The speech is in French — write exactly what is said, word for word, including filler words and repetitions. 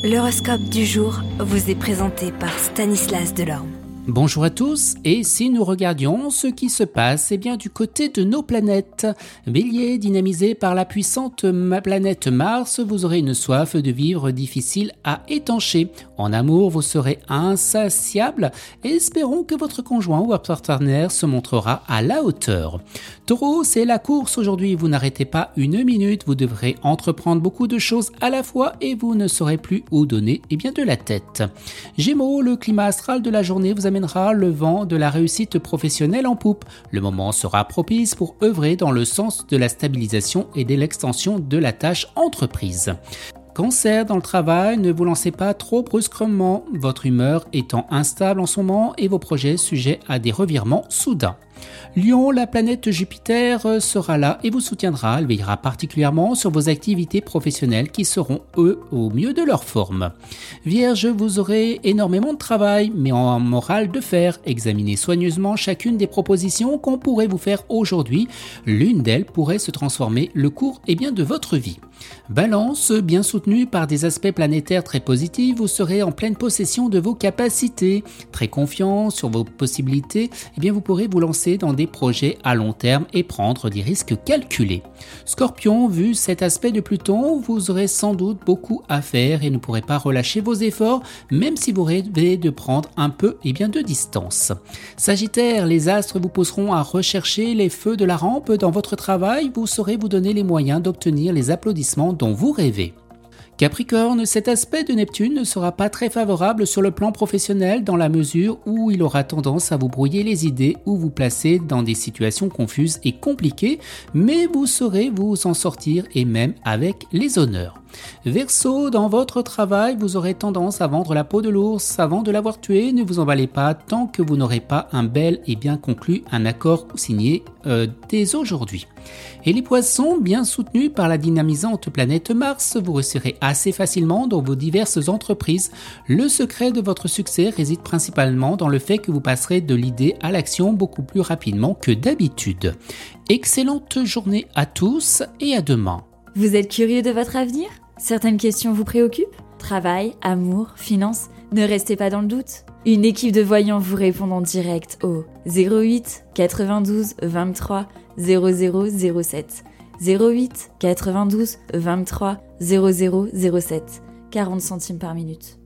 L'horoscope du jour vous est présenté par Stanislas Delorme. Bonjour à tous, et si nous regardions ce qui se passe eh bien, du côté de nos planètes. Bélier, dynamisé par la puissante planète Mars, vous aurez une soif de vivre difficile à étancher. En amour, vous serez insatiable et espérons que votre conjoint ou votre partenaire se montrera à la hauteur. Taureau, c'est la course aujourd'hui, vous n'arrêtez pas une minute, vous devrez entreprendre beaucoup de choses à la fois et vous ne saurez plus où donner eh bien, de la tête. Gémeaux, le climat astral de la journée vous amènera le vent de la réussite professionnelle en poupe. Le moment sera propice pour œuvrer dans le sens de la stabilisation et de l'extension de la tâche entreprise. Cancer, dans le travail, ne vous lancez pas trop brusquement, votre humeur étant instable en ce moment et vos projets sujets à des revirements soudains. Lion, la planète Jupiter sera là et vous soutiendra, elle veillera particulièrement sur vos activités professionnelles qui seront, eux, au mieux de leur forme. Vierge, vous aurez énormément de travail, mais en morale de fer. Examinez soigneusement chacune des propositions qu'on pourrait vous faire aujourd'hui. L'une d'elles pourrait se transformer le cours eh bien, de votre vie. Balance, bien soutenu par des aspects planétaires très positifs, vous serez en pleine possession de vos capacités. Très confiant sur vos possibilités, eh bien, vous pourrez vous lancer dans des projets à long terme et prendre des risques calculés. Scorpion, vu cet aspect de Pluton, vous aurez sans doute beaucoup à faire et ne pourrez pas relâcher vos efforts, même si vous rêvez de prendre un peu eh bien, de distance. Sagittaire, les astres vous pousseront à rechercher les feux de la rampe dans votre travail, vous saurez vous donner les moyens d'obtenir les applaudissements dont vous rêvez. Capricorne, cet aspect de Neptune ne sera pas très favorable sur le plan professionnel dans la mesure où il aura tendance à vous brouiller les idées ou vous placer dans des situations confuses et compliquées, mais vous saurez vous en sortir et même avec les honneurs. Verseau, dans votre travail, vous aurez tendance à vendre la peau de l'ours avant de l'avoir tué. Ne vous emballez pas tant que vous n'aurez pas un bel et bien conclu un accord signé euh, dès aujourd'hui. Et les poissons, bien soutenus par la dynamisante planète Mars, vous réussirez assez facilement dans vos diverses entreprises. Le secret de votre succès réside principalement dans le fait que vous passerez de l'idée à l'action beaucoup plus rapidement que d'habitude. Excellente journée à tous et à demain. Vous êtes curieux de votre avenir ? Certaines questions vous préoccupent ? Travail, amour, finances ? Ne restez pas dans le doute. Une équipe de voyants vous répond en direct au zéro huit quatre-vingt-douze vingt-trois zéro zéro zéro sept zéro huit quatre-vingt-douze vingt-trois zéro zéro zéro sept quarante centimes par minute.